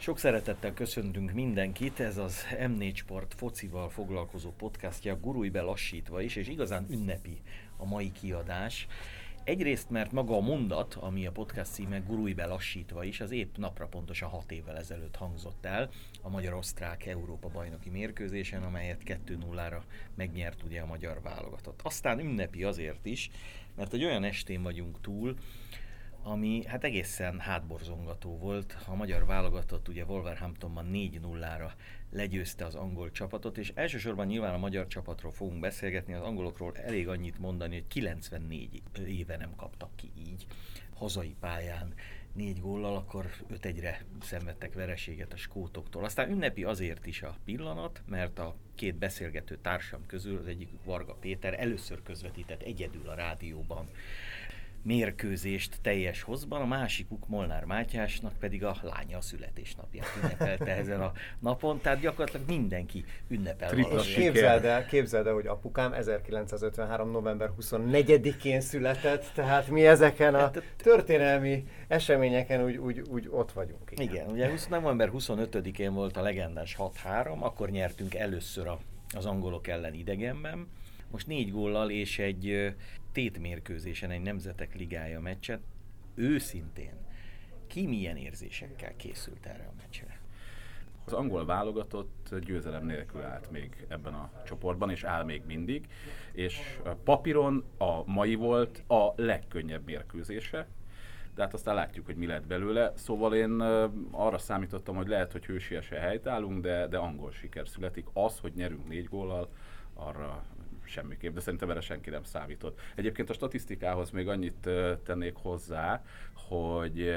Sok szeretettel köszöntünk mindenkit, ez az M4 Sport focival foglalkozó podcastja, gurulj be lassítva is, és igazán ünnepi a mai kiadás. Egyrészt, mert maga a mondat, ami a podcast címe, gurulj be lassítva is, az épp napra pontosan 6 évvel ezelőtt hangzott el a magyar-osztrák Európa-bajnoki mérkőzésen, amelyet 2-0-ra megnyert ugye a magyar válogatott. Aztán ünnepi azért is, mert egy olyan estén vagyunk túl, ami hát egészen hátborzongató volt. A magyar válogatott ugye Wolverhamptonban 4-0-ra legyőzte az angol csapatot, és elsősorban nyilván a magyar csapatról fogunk beszélgetni, az angolokról elég annyit mondani, hogy 94 éve nem kaptak ki így hazai pályán 4 góllal, akkor 5-1-re szenvedtek vereséget a skótoktól. Aztán ünnepi azért is a pillanat, mert a két beszélgető társam közül az egyikük Varga Péter először közvetített egyedül a rádióban mérkőzést teljes hozban, a másikuk Molnár Mátyásnak pedig a lánya a születésnapját ünnepelte ezen a napon, tehát gyakorlatilag mindenki ünnepel valamit. Képzeld el, hogy apukám 1953. november 24-én született, tehát mi ezeken a történelmi eseményeken úgy ott vagyunk. Igen, ugye november 25-én volt a legendás 6-3, akkor nyertünk először az angolok ellen idegenben. Most 4 góllal és egy tétmérkőzésen, egy Nemzetek Ligája meccset, őszintén ki milyen érzésekkel készült erre a meccsre? Az angol válogatott győzelem nélkül állt még ebben a csoportban, és áll még mindig, és papíron a mai volt a legkönnyebb mérkőzése, de hát aztán látjuk, hogy mi lett belőle. Szóval én arra számítottam, hogy lehet, hogy hősiesen helytállunk, de angol siker születik. Az, hogy nyerünk 4 góllal, arra semmiképp, de szerintem erre senki nem számított. Egyébként a statisztikához még annyit tennék hozzá, hogy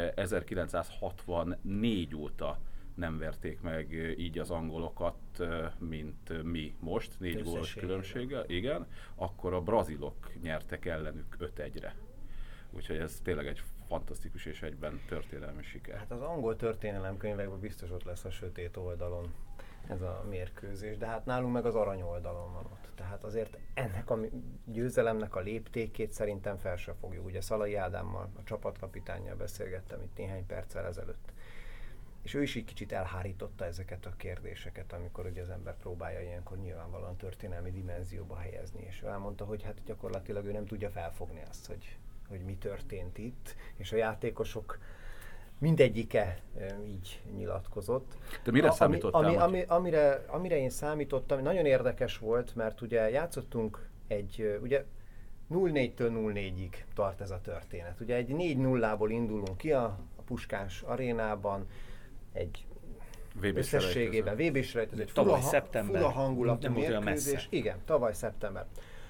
1964 óta nem verték meg így az angolokat, mint mi most, 4 gólos különbséggel, igen, akkor a brazilok nyertek ellenük 5-1-re. Úgyhogy ez tényleg egy fantasztikus és egyben történelmi siker. Hát az angol történelemkönyvekben biztos ott lesz a sötét oldalon ez a mérkőzés, de hát nálunk meg az arany oldalon van ott. Tehát azért ennek a győzelemnek a léptékét szerintem fel sem fogjuk. Ugye Szalai Ádámmal, a csapatkapitánnyal beszélgettem itt néhány perccel ezelőtt. És ő is így kicsit elhárította ezeket a kérdéseket, amikor ugye az ember próbálja ilyenkor nyilvánvalóan történelmi dimenzióba helyezni. És ő elmondta, hogy hát gyakorlatilag ő nem tudja felfogni azt, hogy mi történt itt, és a játékosok mindegyike így nyilatkozott. De mire számítottál? Amire én számítottam, nagyon érdekes volt, mert ugye játszottunk ugye 0-4-től 0-4-ig tart ez a történet. Ugye egy 4-0-ból indulunk ki a Puskás arénában, egy összességében VB-s rejtező, egy fura hangulatú mérkőzés. Igen, tavaly szeptember.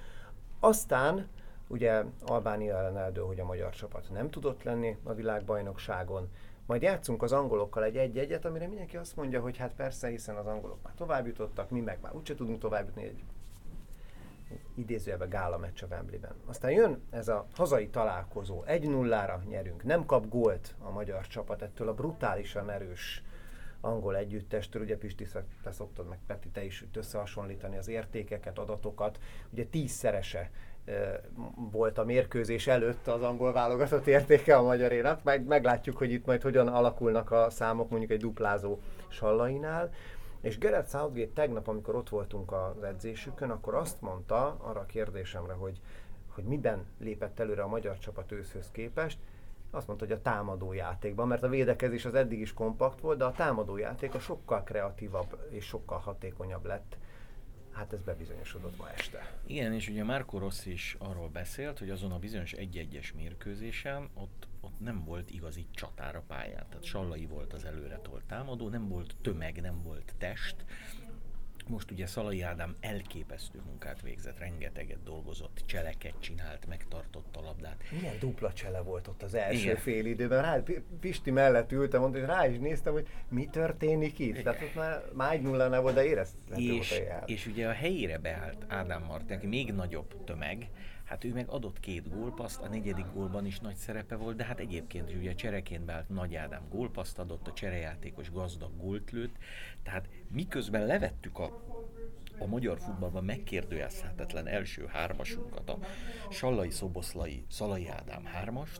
Aztán ugye Albánia ellen eldől, hogy a magyar csapat nem tudott lenni a világbajnokságon. Majd játszunk az angolokkal egy 1-1-et, amire mindenki azt mondja, hogy hát persze, hiszen az angolok már tovább jutottak, mi meg már úgyse tudunk tovább jutni, egy idézőjelben gála meccs a Wembleyben. Aztán jön ez a hazai találkozó, 1-0-ra nyerünk, nem kap gólt a magyar csapat ettől a brutálisan erős angol együttestől, ugye Pisti, te szoktad meg Peti, te is összehasonlítani az értékeket, adatokat, ugye 10-szerese volt a mérkőzés előtt az angol válogatott értéke a magyarénak, meglátjuk, hogy itt majd hogyan alakulnak a számok mondjuk egy duplázó Sallainál, és Gareth Southgate tegnap, amikor ott voltunk az edzésükön, akkor azt mondta arra a kérdésemre, hogy miben lépett előre a magyar csapat őszhöz képest, azt mondta, hogy a támadó játékban, mert a védekezés az eddig is kompakt volt, de a támadó játék a sokkal kreatívabb és sokkal hatékonyabb lett. Hát ez bebizonyosodott ma este. Igen, és ugye Marco Rossi is arról beszélt, hogy azon a bizonyos 1-1-es mérkőzésen ott nem volt igazi csatára pályán. Tehát Sallai volt az előretolt támadó, nem volt tömeg, nem volt test. Most ugye Szalai Ádám elképesztő munkát végzett, rengeteget dolgozott, cseleket csinált, megtartotta a labdát. Milyen dupla csele volt ott az első fél időben. Pisti mellett ültem, mondta, hogy rá is néztem, hogy mi történik itt. Igen. Tehát ott már 1-0-nál volt, de érezhető volt a jel. És ugye a helyére beállt Ádám Marti, aki még nagyobb tömeg, hát ő meg adott 2 gólpaszt, a 4. gólban is nagy szerepe volt, de hát egyébként is ugye csereként beállt Nagy Ádám gólpaszt adott, a cserejátékos gazdag gólt lőtt, tehát miközben levettük a magyar futballban megkérdőjelezhetetlen első 3-asunkat, a Sallai, Szoboszlai, Szalai Ádám 3-ast,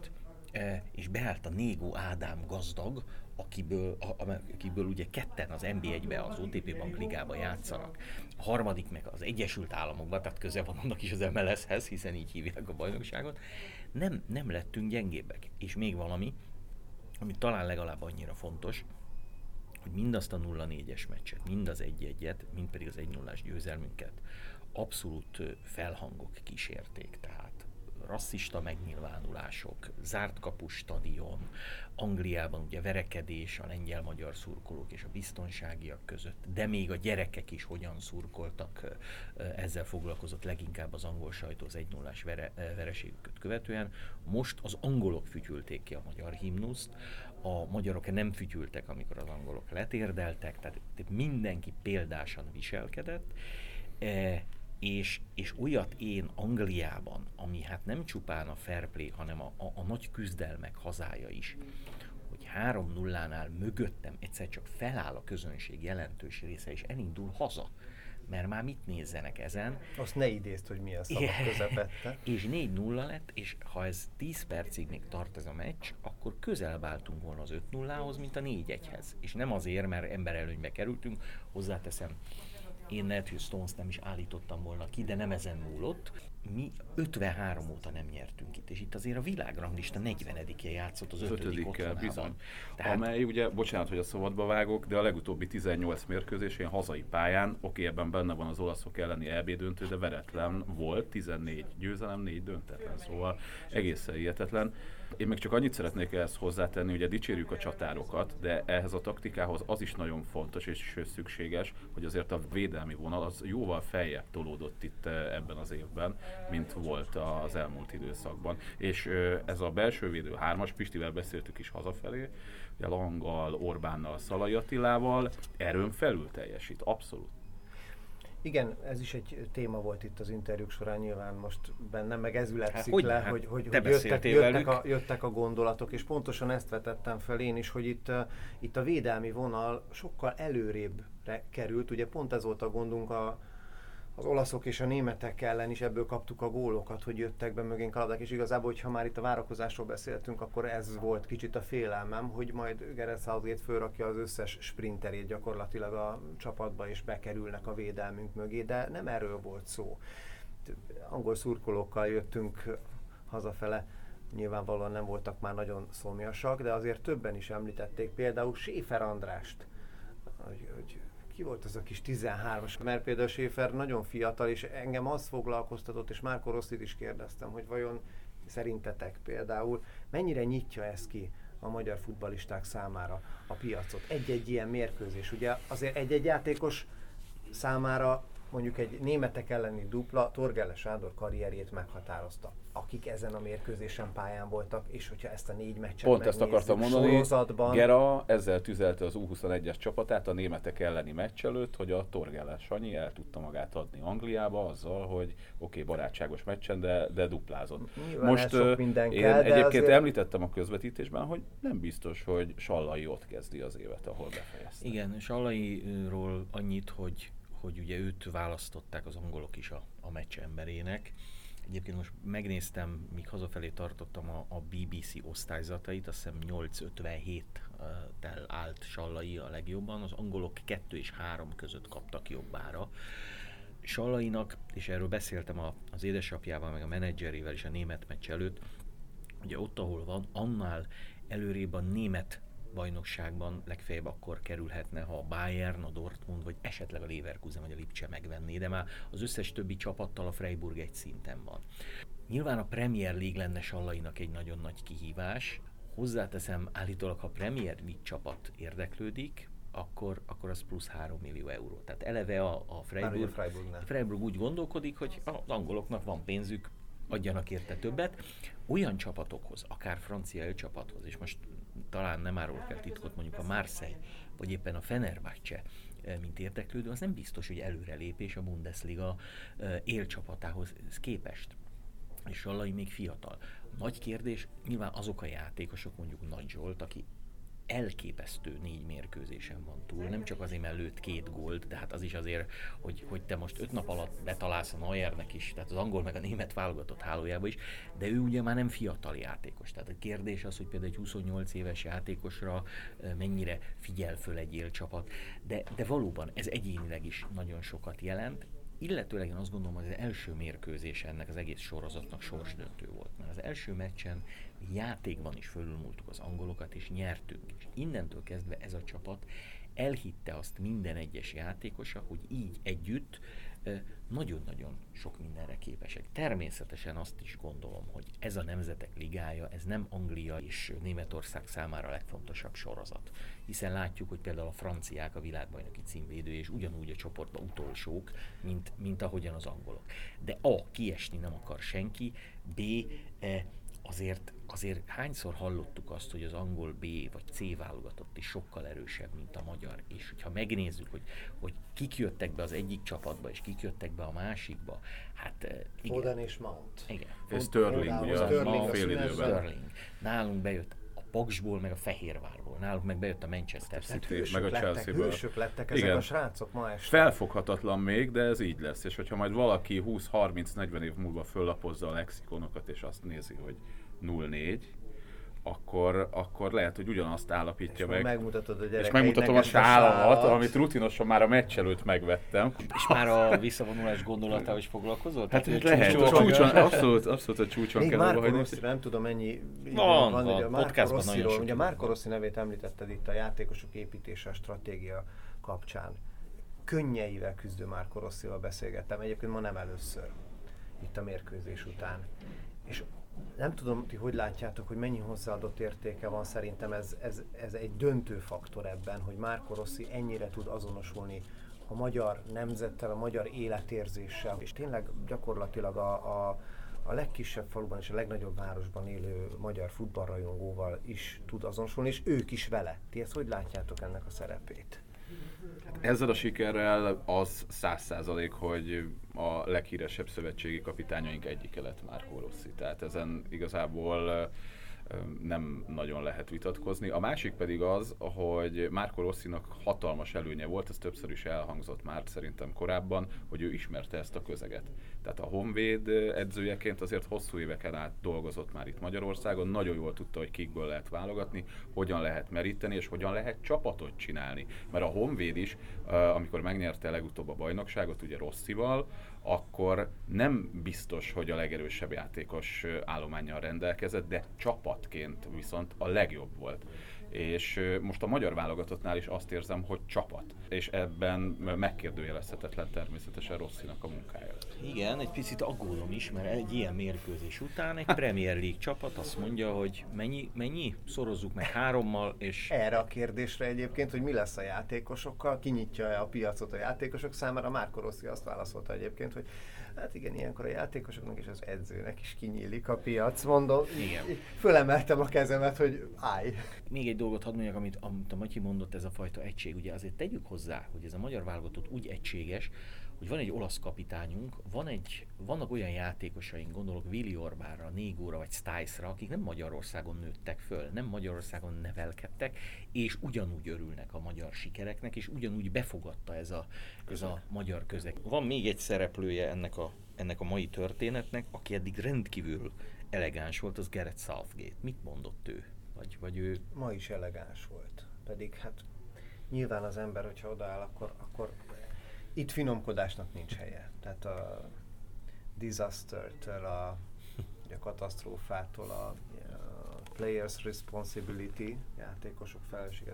és beállt a Négó Ádám gazdag, akiből ugye ketten az NB1-be, az OTP Bank Ligába játszanak. A harmadik meg az Egyesült Államokban, tehát köze van annak is az MLS-hez, hiszen így hívják a bajnokságot. Nem lettünk gyengébbek. És még valami, ami talán legalább annyira fontos, hogy mindazt a 0-4-es meccset, mind az 1-1-et, mind pedig az 1-0-ás győzelmünket abszolút felhangok kísérték, tehát rasszista megnyilvánulások, zárt kapus stadion, Angliában ugye verekedés a lengyel-magyar szurkolók és a biztonságiak között, de még a gyerekek is hogyan szurkoltak, ezzel foglalkozott leginkább az angol sajtó az 1-0-ás vereségüket követően. Most az angolok fütyülték ki a magyar himnuszt, a magyarok nem fütyültek, amikor az angolok letérdeltek, tehát mindenki példásan viselkedett, és olyat én Angliában, ami hát nem csupán a fair play, hanem a nagy küzdelmek hazája is, hogy 3-0-nál mögöttem egyszer csak feláll a közönség jelentős része, és elindul haza. Mert már mit nézzenek ezen? Azt ne idézd, hogy milyen szavak közepette. És 4-0 lett, és ha ez 10 percig még tart ez a meccs, akkor közelebb álltunk volna az 5-0-hoz, mint a 4-1-hez. És nem azért, mert emberelőnybe kerültünk, hozzáteszem, én Matthew Stones nem is állítottam volna ki, de nem ezen múlott. Mi 53 óta nem nyertünk itt, és itt azért a világranglista 40-je játszott az 5. otthonában. Bizony. Tehát... Amely ugye, bocsánat, hogy a szabadba vágok, de a legutóbbi 18 mérkőzésén hazai pályán, ebben benne van az olaszok elleni EB döntő, de veretlen volt, 14 győzelem, 4 döntetlen, szóval egészen hihetetlen. Én meg csak annyit szeretnék ehhez hozzátenni, ugye dicsérjük a csatárokat, de ehhez a taktikához az is nagyon fontos és szükséges, hogy azért a védelmi vonal az jóval feljebb tolódott itt ebben az évben, mint volt az elmúlt időszakban. És ez a belső védő 3-as, Pistivel beszéltük is hazafelé, ugye Langgal, Orbánnal, Szalai Attilával erőn felül teljesít, abszolút. Igen, ez is egy téma volt itt az interjúk során, nyilván most bennem meg ez ülepszik le, hogy jöttek a gondolatok, és pontosan ezt vetettem fel én is, hogy itt a védelmi vonal sokkal előrébbre került, ugye pont ez volt a gondunk az olaszok és a németek ellen is, ebből kaptuk a gólokat, hogy jöttek be mögénk a labdák, és igazából, hogyha már itt a várakozásról beszéltünk, akkor ez volt kicsit a félelmem, hogy majd Gareth Southgate fölrakja az összes sprinterét gyakorlatilag a csapatba, és bekerülnek a védelmünk mögé, de nem erről volt szó. Angol szurkolókkal jöttünk hazafele, nyilvánvalóan nem voltak már nagyon szomjasak, de azért többen is említették, például Schäfer Andrást, hogy ki volt az a kis 13-as, mert például Schäfer nagyon fiatal, és engem az foglalkoztatott, és Marco Rossit is kérdeztem, hogy vajon szerintetek például mennyire nyitja ez ki a magyar futballisták számára a piacot. Egy-egy ilyen mérkőzés, ugye azért egy-egy játékos számára mondjuk egy németek elleni dupla Torgele Sándor karrierjét meghatározta, akik ezen a mérkőzésen pályán voltak, és hogyha ezt a 4 meccset pont ezt akartam mondani, sorozatban... Gera ezzel tüzelte az U21-es csapatát a németek elleni meccs előtt, hogy a Torgele Sanyi el tudta magát adni Angliába azzal, hogy oké, barátságos meccsen, de duplázott. Most én egyébként azért... említettem a közvetítésben, hogy nem biztos, hogy Sallai ott kezdi az évet, ahol befejezte. Igen, Sallairól annyit, hogy ugye őt választották az angolok is a meccs emberének. Egyébként most megnéztem, míg hazafelé tartottam a BBC osztályzatait, azt hiszem 8.57-tel állt Sallai a legjobban, az angolok 2 és 3 között kaptak jobbára. Sallainak, és erről beszéltem az édesapjával, meg a menedzserével is a német meccs előtt, ugye ott, ahol van, annál előrébb a német bajnokságban legfeljebb akkor kerülhetne, ha a Bayern, a Dortmund, vagy esetleg a Leverkusen, vagy a Lipcse megvenné, de már az összes többi csapattal a Freiburg egy szinten van. Nyilván a Premier League lenne Sallainak egy nagyon nagy kihívás. Hozzáteszem, állítólag, ha a Premier League csapat érdeklődik, akkor az plusz 3 millió euró. Tehát eleve a Freiburg úgy gondolkodik, hogy az angoloknak van pénzük, adjanak érte többet. Olyan csapatokhoz, akár francia csapathoz, és most talán nem árulok el titkot, mondjuk a Marseille, vagy éppen a Fenerbahce, mint érdeklődő, az nem biztos, hogy előrelépés a Bundesliga élcsapatához képest. És Sallai még fiatal. Nagy kérdés, nyilván azok a játékosok, mondjuk Nagy Zsolt, aki elképesztő 4 mérkőzésen van túl, nem csak azért, mert lőtt 2 gólt, de hát az is azért, hogy te most 5 nap alatt betalálsz a Neuernek is, tehát az angol meg a német válogatott hálójába is, de ő ugye már nem fiatal játékos. Tehát a kérdés az, hogy például egy 28 éves játékosra mennyire figyel föl egy élcsapat, de valóban ez egyénileg is nagyon sokat jelent, illetőleg én azt gondolom, hogy az első mérkőzés ennek az egész sorozatnak sorsdöntő volt. Mert az első meccsen játékban is fölülmúltuk az angolokat, és nyertünk. És innentől kezdve ez a csapat elhitte azt minden egyes játékosa, hogy így együtt nagyon-nagyon sok mindenre képesek. Természetesen azt is gondolom, hogy ez a Nemzetek Ligája, ez nem Anglia és Németország számára a legfontosabb sorozat. Hiszen látjuk, hogy például a franciák a világbajnoki címvédő, és ugyanúgy a csoportban utolsók, mint ahogyan az angolok. De A. kiesni nem akar senki, B. Azért hányszor hallottuk azt, hogy az angol B vagy C válogatott is sokkal erősebb, mint a magyar. És hogyha megnézzük, hogy kik jöttek be az egyik csapatba, és kik jöttek be a másikba, hát igen. Foden és Mount. Igen. És Sterling, ugye a fél időben. Sterling. Nálunk bejött a Paksból, meg a Fehérvárból. Nálunk meg bejött a Manchester City. Meg a Chelsea-ből. Hősök lettek ezek a srácok ma este. Felfoghatatlan még, de ez így lesz. És hogyha majd valaki 20-30-40 év múlva föllapozza a lexikonokat, és azt nézi, hogy 0-4, akkor lehet, hogy ugyanazt állapítja meg. Megmutatod a gyerekeidnek. És megmutatom a sálamat, amit rutinosan már a meccs előtt megvettem. És már a visszavonulás gondolatával is foglalkozol? Hát lehet, abszolút a csúcson még kell Marco hagyni. Rossi, nem tudom mennyi van podcastban nagyon sok. Ugye Marco Rossi nevét említetted itt a játékosok építése, a stratégia kapcsán. Könnyeivel küzdő Marco Rossival beszélgettem, egyébként ma nem először itt a mérkőzés után. És nem tudom, hogy látjátok, hogy mennyi hozzáadott értéke van, szerintem ez egy döntő faktor ebben, hogy Marco Rossi ennyire tud azonosulni a magyar nemzettel, a magyar életérzéssel, és tényleg gyakorlatilag a legkisebb faluban és a legnagyobb városban élő magyar futballrajongóval is tud azonosulni, és ők is vele. Ti ezt hogy látjátok ennek a szerepét? Ezzel a sikerrel az 100%, hogy a leghíresebb szövetségi kapitányaink egyike lett Marco Rossi. Tehát ezen igazából nem nagyon lehet vitatkozni. A másik pedig az, hogy Marco Rossinak hatalmas előnye volt, ez többször is elhangzott már szerintem korábban, hogy ő ismerte ezt a közeget. Tehát a Honvéd edzőjeként azért hosszú éveken át dolgozott már itt Magyarországon, nagyon jól tudta, hogy kikből lehet válogatni, hogyan lehet meríteni, és hogyan lehet csapatot csinálni. Mert a Honvéd is, amikor megnyerte legutóbb a bajnokságot, ugye Rossival, akkor nem biztos, hogy a legerősebb játékos állománnyal rendelkezett, de csapatként viszont a legjobb volt. És most a magyar válogatottnál is azt érzem, hogy csapat. És ebben megkérdőjelezhetetlen természetesen Rossinak a munkája. Igen, egy picit aggódom is, mert egy ilyen mérkőzés után egy Premier League csapat azt mondja, hogy mennyi? Szorozzuk meg 3-mal, és... Erre a kérdésre egyébként, hogy mi lesz a játékosokkal, kinyitja a piacot a játékosok számára, Marco Rossi azt válaszolta egyébként, hogy hát igen, ilyenkor a játékosoknak és az edzőnek is kinyílik a piac, mondom. Igen. Fölemeltem a kezemet, hogy állj. Még egy dolgot hadd mondjak, amit a Matyi mondott, ez a fajta egység. Ugye azért tegyük hozzá, hogy ez a magyar válogatott úgy egységes, hogy van egy olasz kapitányunk, vannak olyan játékosaink, gondolok Willi Orbánra, Négóra vagy Stice-ra, akik nem Magyarországon nőttek föl, nem Magyarországon nevelkedtek, és ugyanúgy örülnek a magyar sikereknek, és ugyanúgy befogadta ez a magyar közeg. Van még egy szereplője ennek a mai történetnek, aki eddig rendkívül elegáns volt, az Gareth Southgate. Mit mondott ő? Vagy ő... Ma is elegáns volt, pedig hát nyilván az ember, hogyha odaáll, akkor itt finomkodásnak nincs helye. Tehát a disaster-től, a katasztrófától, a players responsibility, játékosok felelőssége,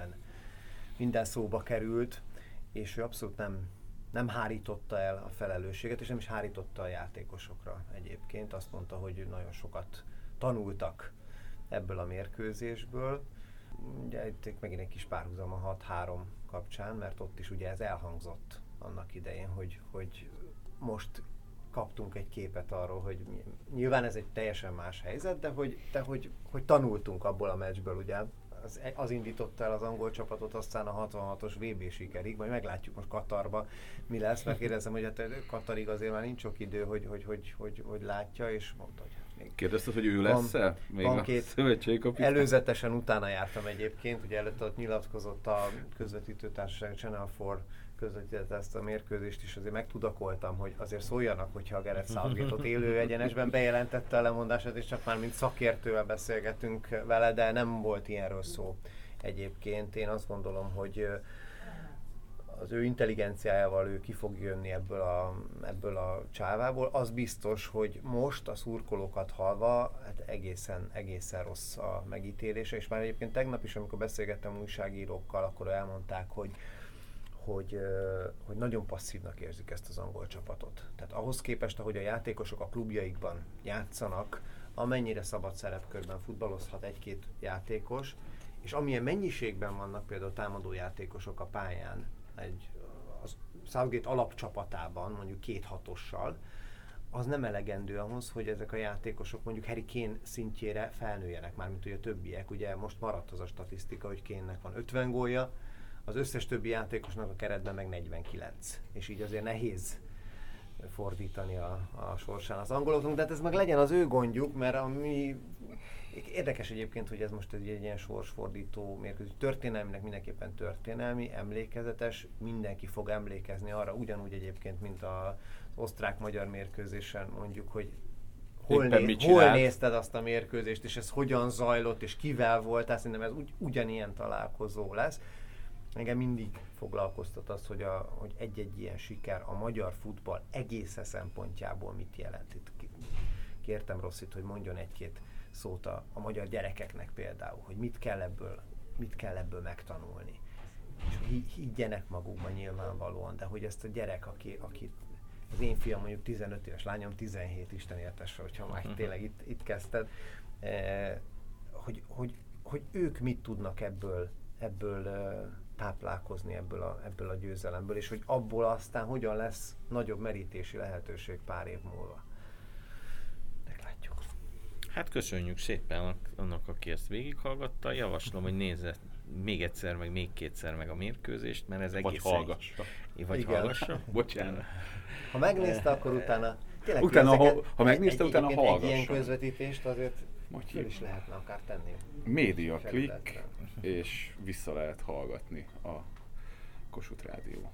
minden szóba került, és ő abszolút nem hárította el a felelősséget, és nem is hárította a játékosokra egyébként. Azt mondta, hogy nagyon sokat tanultak ebből a mérkőzésből. Ugye itt megint egy kis párhuzam a 6-3 kapcsán, mert ott is ugye ez elhangzott annak idején, hogy most kaptunk egy képet arról, hogy nyilván ez egy teljesen más helyzet, de hogy tanultunk abból a meccsből, ugye az indította el az angol csapatot aztán a 66-os VB sikerig, majd meglátjuk most Katarba mi lesz, mert kérdezem, hogy hát Katarig azért már nincs sok idő, hogy látja, és mondta, hogy Kérdezted, hogy ő lesz-e? Még van a két szövetségi kapitány? Előzetesen utána jártam egyébként, ugye előtte ott nyilatkozott a közvetítőtársaság, Channel 4 közvetítette ezt a mérkőzést is, azért megtudakoltam, hogy azért szóljanak, hogyha a Gareth Southgate ott élő egyenesben bejelentette a lemondását, és csak már mint szakértővel beszélgetünk vele, de nem volt ilyenről szó egyébként. Én azt gondolom, hogy az ő intelligenciájával ő ki fog jönni ebből a csávából. Az biztos, hogy most a szurkolókat hallva hát egészen rossz a megítélése, és már egyébként tegnap is, amikor beszélgettem újságírókkal, akkor elmondták, hogy nagyon passzívnak érzik ezt az angol csapatot. Tehát ahhoz képest, ahogy a játékosok a klubjaikban játszanak, amennyire szabad szerepkörben futballozhat egy-két játékos, és amilyen mennyiségben vannak például támadó játékosok a pályán, a Southgate alapcsapatában, mondjuk 2-6-ossal, az nem elegendő ahhoz, hogy ezek a játékosok mondjuk Harry Kane szintjére felnőjenek, mármint ugye a többiek. Ugye most maradt az a statisztika, hogy Kane-nek van 50 gólja, az összes többi játékosnak a keretben meg 49. És így azért nehéz fordítani a sorsán az angoloknak, de hát ez meg legyen az ő gondjuk, mert ami érdekes egyébként, hogy ez most egy ilyen sorsfordító mérkőzés. Történelminek mindenképpen történelmi, emlékezetes, mindenki fog emlékezni arra, ugyanúgy egyébként, mint az osztrák-magyar mérkőzésen mondjuk, hogy hol nézted azt a mérkőzést, és ez hogyan zajlott, és kivel volt, tehát szerintem ez ugyanilyen találkozó lesz. Engem mindig foglalkoztat az, hogy egy-egy ilyen siker a magyar futball egész szempontjából mit jelent. Itt kértem Rosszit, hogy mondjon egy-két szót a magyar gyerekeknek például, hogy mit kell ebből megtanulni. És higgyenek magukban nyilvánvalóan, de hogy ezt a gyerek, aki az én fiam mondjuk 15 éves, lányom 17, Isten értesse, hogyha már tényleg itt kezdted, hogy ők mit tudnak ebből táplálkozni ebből a győzelemből, és hogy abból aztán hogyan lesz nagyobb merítési lehetőség pár év múlva. Meglátjuk. Hát köszönjük szépen annak, aki ezt végighallgatta. Javaslom, hogy nézze még egyszer, meg még kétszer meg a mérkőzést, mert ez egész... Vagy hallgassa. Vagy hallgassa. Bocsánat. Ha megnézte, akkor utána... Ha megnézte, utána hallgassa. Egy ilyen közvetítést azért föl is lehetne akár tenni. Média Klik, és vissza lehet hallgatni a Kossuth Rádió.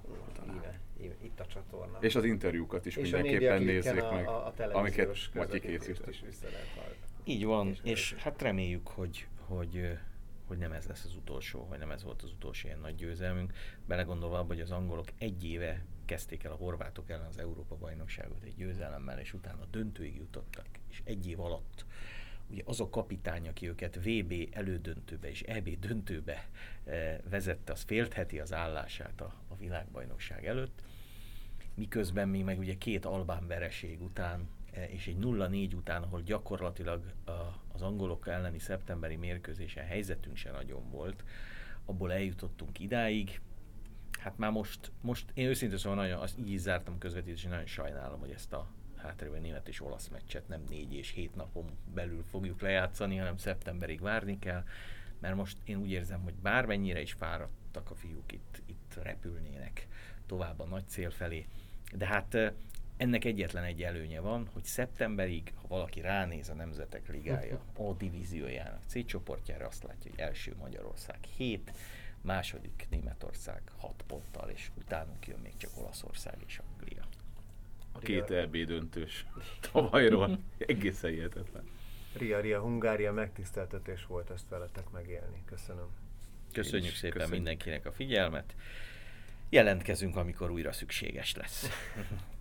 Itt a csatorna. És az interjúkat is és mindenképpen nézzék meg, amiket Matyi készített. is vissza lehet hallgatni. Így van, és hát reméljük, hogy nem ez lesz az utolsó, vagy nem ez volt az utolsó ilyen nagy győzelmünk. Belegondolva abba, hogy az angolok egy éve kezdték el a horvátok ellen az Európa-bajnokságot egy győzelemmel, és utána a döntőig jutottak, és egy év alatt ugye az a kapitány, aki őket VB elődöntőbe és EB döntőbe vezette, az féltheti az állását a világbajnokság előtt, miközben mi meg ugye 2 albán vereség után és egy 0-4 után, ahol gyakorlatilag az angolok elleni szeptemberi mérkőzésen helyzetünk se nagyon volt, abból eljutottunk idáig. Hát már most én őszintén szóval nagyon, azt így zártam közvetítést, nagyon sajnálom, hogy ezt a hátrában német és olasz meccset nem 4 és 7 napon belül fogjuk lejátszani, hanem szeptemberig várni kell, mert most én úgy érzem, hogy bármennyire is fáradtak a fiúk, itt repülnének tovább a nagy cél felé. De hát ennek egyetlen egy előnye van, hogy szeptemberig, ha valaki ránéz a Nemzetek Ligája A divíziójának C csoportjára, azt látja, hogy első Magyarország 7, második Németország 6 ponttal, és utánunk jön még csak Olaszország és Anglia. A 2 EB döntős tavalyról egészen hihetetlen. Ria, Hungária, megtiszteltetés volt ezt veletek megélni. Köszönöm. Köszönjük szépen mindenkinek a figyelmet. Jelentkezünk, amikor újra szükséges lesz.